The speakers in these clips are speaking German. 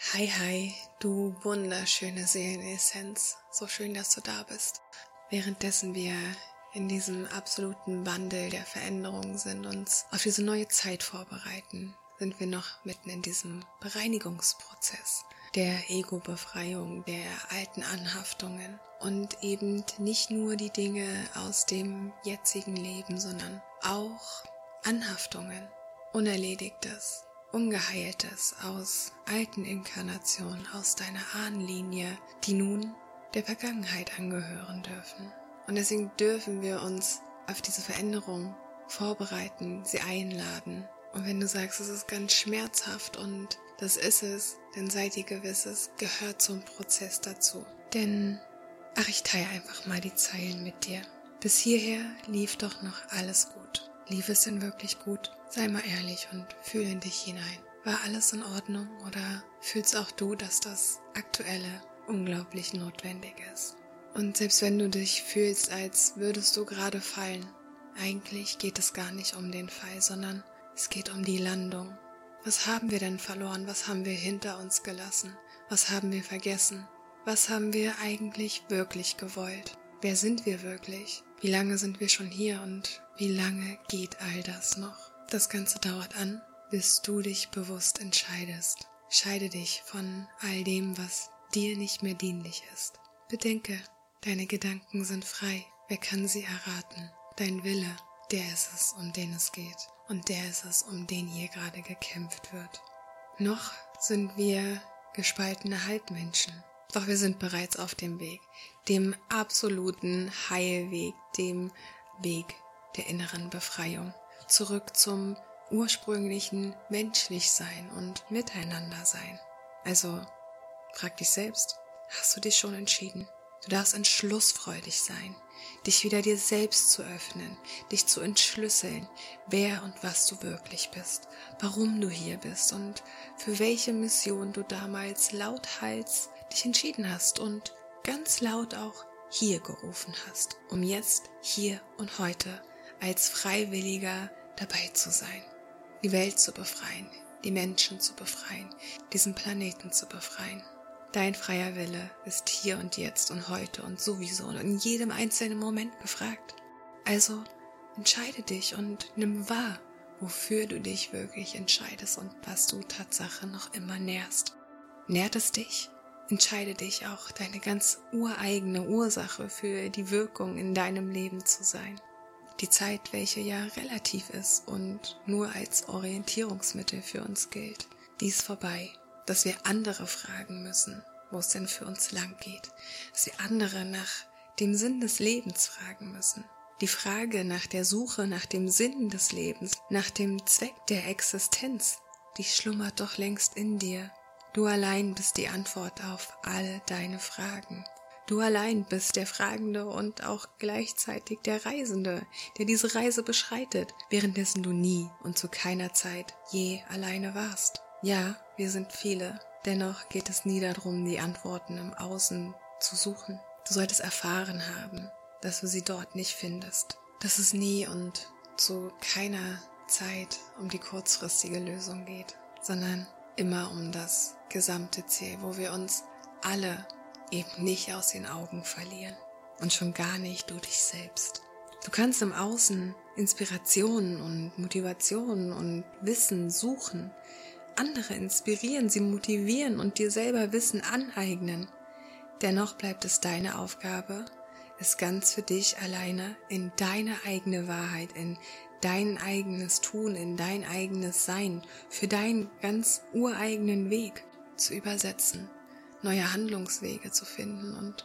Hi, hi, du wunderschöne Seelenessenz. So schön, dass du da bist. Währenddessen wir in diesem absoluten Wandel der Veränderung sind, uns auf diese neue Zeit vorbereiten, sind wir noch mitten in diesem Bereinigungsprozess der Ego-Befreiung, der alten Anhaftungen und eben nicht nur die Dinge aus dem jetzigen Leben, sondern auch Anhaftungen, Unerledigtes, Ungeheiltes aus alten Inkarnationen, aus deiner Ahnenlinie, die nun der Vergangenheit angehören dürfen. Und deswegen dürfen wir uns auf diese Veränderung vorbereiten, sie einladen. Und wenn du sagst, es ist ganz schmerzhaft und das ist es, dann sei dir gewiss, es gehört zum Prozess dazu. Denn, ich teile einfach mal die Zeilen mit dir. Bis hierher lief doch noch alles gut. Lief es denn wirklich gut? Sei mal ehrlich und fühl in dich hinein. War alles in Ordnung oder fühlst auch du, dass das Aktuelle unglaublich notwendig ist? Und selbst wenn du dich fühlst, als würdest du gerade fallen, eigentlich geht es gar nicht um den Fall, sondern es geht um die Landung. Was haben wir denn verloren? Was haben wir hinter uns gelassen? Was haben wir vergessen? Was haben wir eigentlich wirklich gewollt? Wer sind wir wirklich? Wie lange sind wir schon hier und wie lange geht all das noch? Das Ganze dauert an, bis du dich bewusst entscheidest. Scheide dich von all dem, was dir nicht mehr dienlich ist. Bedenke, deine Gedanken sind frei. Wer kann sie erraten? Dein Wille, der ist es, um den es geht. Und der ist es, um den hier gerade gekämpft wird. Noch sind wir gespaltene Halbmenschen. Doch wir sind bereits auf dem Weg, dem absoluten Heilweg, dem Weg der inneren Befreiung. Zurück zum ursprünglichen Menschlichsein und Miteinandersein. Also, frag dich selbst, hast du dich schon entschieden? Du darfst entschlussfreudig sein, dich wieder dir selbst zu öffnen, dich zu entschlüsseln, wer und was du wirklich bist, warum du hier bist und für welche Mission du damals lauthals dich entschieden hast und ganz laut auch hier gerufen hast, um jetzt, hier und heute als Freiwilliger dabei zu sein, die Welt zu befreien, die Menschen zu befreien, diesen Planeten zu befreien. Dein freier Wille ist hier und jetzt und heute und sowieso und in jedem einzelnen Moment gefragt. Also entscheide dich und nimm wahr, wofür du dich wirklich entscheidest und was du Tatsache noch immer nährst. Nährt es dich? Entscheide dich auch, deine ganz ureigene Ursache für die Wirkung in deinem Leben zu sein. Die Zeit, welche ja relativ ist und nur als Orientierungsmittel für uns gilt, die ist vorbei. Dass wir andere fragen müssen, wo es denn für uns lang geht. Dass wir andere nach dem Sinn des Lebens fragen müssen. Die Frage nach der Suche nach dem Sinn des Lebens, nach dem Zweck der Existenz, die schlummert doch längst in dir. Du allein bist die Antwort auf all deine Fragen. Du allein bist der Fragende und auch gleichzeitig der Reisende, der diese Reise beschreitet, währenddessen du nie und zu keiner Zeit je alleine warst. Ja, wir sind viele, dennoch geht es nie darum, die Antworten im Außen zu suchen. Du solltest erfahren haben, dass du sie dort nicht findest, dass es nie und zu keiner Zeit um die kurzfristige Lösung geht, sondern immer um das gesamte Ziel, wo wir uns alle eben nicht aus den Augen verlieren und schon gar nicht du dich selbst. Du kannst im Außen Inspirationen und Motivationen und Wissen suchen, andere inspirieren, sie motivieren und dir selber Wissen aneignen. Dennoch bleibt es deine Aufgabe, es ganz für dich alleine in deine eigene Wahrheit, in dein eigenes Tun, in dein eigenes Sein, für deinen ganz ureigenen Weg zu übersetzen, neue Handlungswege zu finden und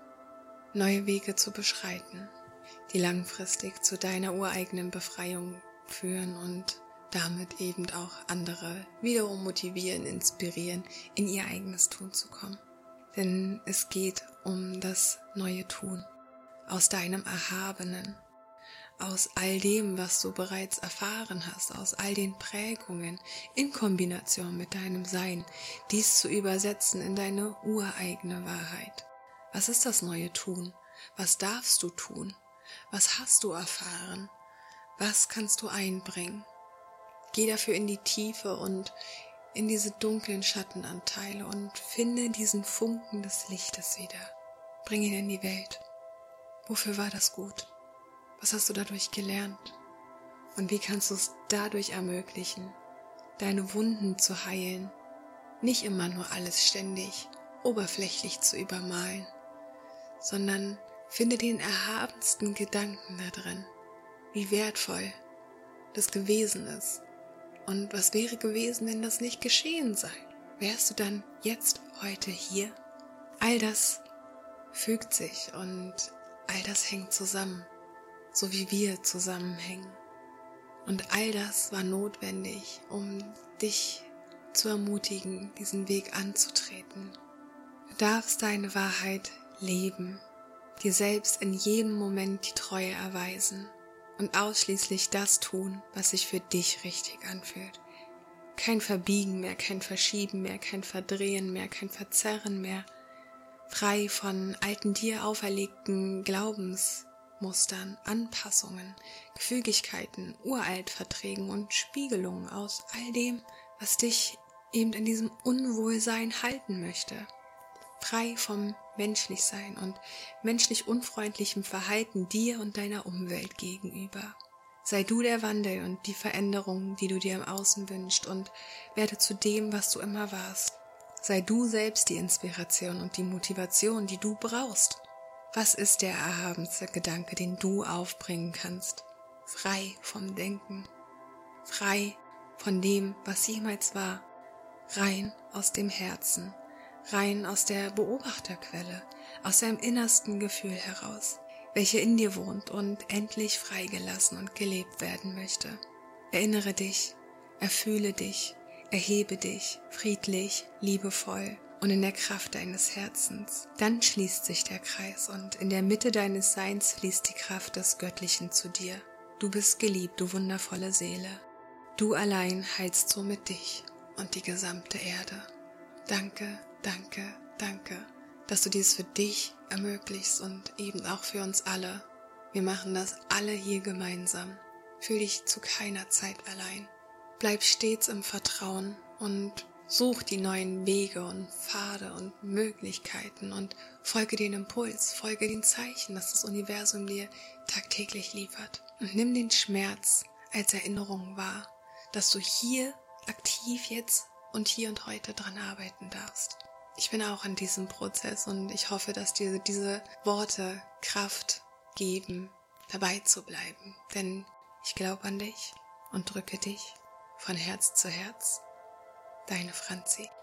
neue Wege zu beschreiten, die langfristig zu deiner ureigenen Befreiung führen und damit eben auch andere wiederum motivieren, inspirieren, in ihr eigenes Tun zu kommen. Denn es geht um das neue Tun, aus deinem Erhabenen, aus all dem, was du bereits erfahren hast, aus all den Prägungen in Kombination mit deinem Sein, dies zu übersetzen in deine ureigene Wahrheit. Was ist das neue Tun? Was darfst du tun? Was hast du erfahren? Was kannst du einbringen? Geh dafür in die Tiefe und in diese dunklen Schattenanteile und finde diesen Funken des Lichtes wieder. Bring ihn in die Welt. Wofür war das gut? Was hast du dadurch gelernt? Und wie kannst du es dadurch ermöglichen, deine Wunden zu heilen? Nicht immer nur alles ständig oberflächlich zu übermalen, sondern finde den erhabensten Gedanken da drin, wie wertvoll das gewesen ist. Und was wäre gewesen, wenn das nicht geschehen sei? Wärst du dann jetzt, heute hier? All das fügt sich und all das hängt zusammen, so wie wir zusammenhängen. Und all das war notwendig, um dich zu ermutigen, diesen Weg anzutreten. Du darfst deine Wahrheit leben, dir selbst in jedem Moment die Treue erweisen und ausschließlich das tun, was sich für dich richtig anfühlt. Kein Verbiegen mehr, kein Verschieben mehr, kein Verdrehen mehr, kein Verzerren mehr, frei von alten dir auferlegten Glaubensmustern, Anpassungen, Gefügigkeiten, Uraltverträgen und Spiegelungen aus all dem, was dich eben in diesem Unwohlsein halten möchte. Frei vom Menschlichsein und menschlich unfreundlichem Verhalten dir und deiner Umwelt gegenüber. Sei du der Wandel und die Veränderung, die du dir im Außen wünschst, und werde zu dem, was du immer warst. Sei du selbst die Inspiration und die Motivation, die du brauchst. Was ist der erhabenste Gedanke, den du aufbringen kannst? Frei vom Denken, frei von dem, was jemals war, rein aus dem Herzen, rein aus der Beobachterquelle, aus deinem innersten Gefühl heraus, welche in dir wohnt und endlich freigelassen und gelebt werden möchte. Erinnere dich, erfühle dich, erhebe dich, friedlich, liebevoll und in der Kraft deines Herzens. Dann schließt sich der Kreis und in der Mitte deines Seins fließt die Kraft des Göttlichen zu dir. Du bist geliebt, du wundervolle Seele. Du allein heilst somit dich und die gesamte Erde. Danke, danke, danke, dass du dies für dich ermöglichst und eben auch für uns alle. Wir machen das alle hier gemeinsam. Fühl dich zu keiner Zeit allein. Bleib stets im Vertrauen und such die neuen Wege und Pfade und Möglichkeiten und folge den Impuls, folge den Zeichen, das das Universum dir tagtäglich liefert. Und nimm den Schmerz als Erinnerung wahr, dass du hier aktiv jetzt und hier und heute dran arbeiten darfst. Ich bin auch in diesem Prozess und ich hoffe, dass dir diese Worte Kraft geben, dabei zu bleiben. Denn ich glaube an dich und drücke dich von Herz zu Herz. Deine Franzi.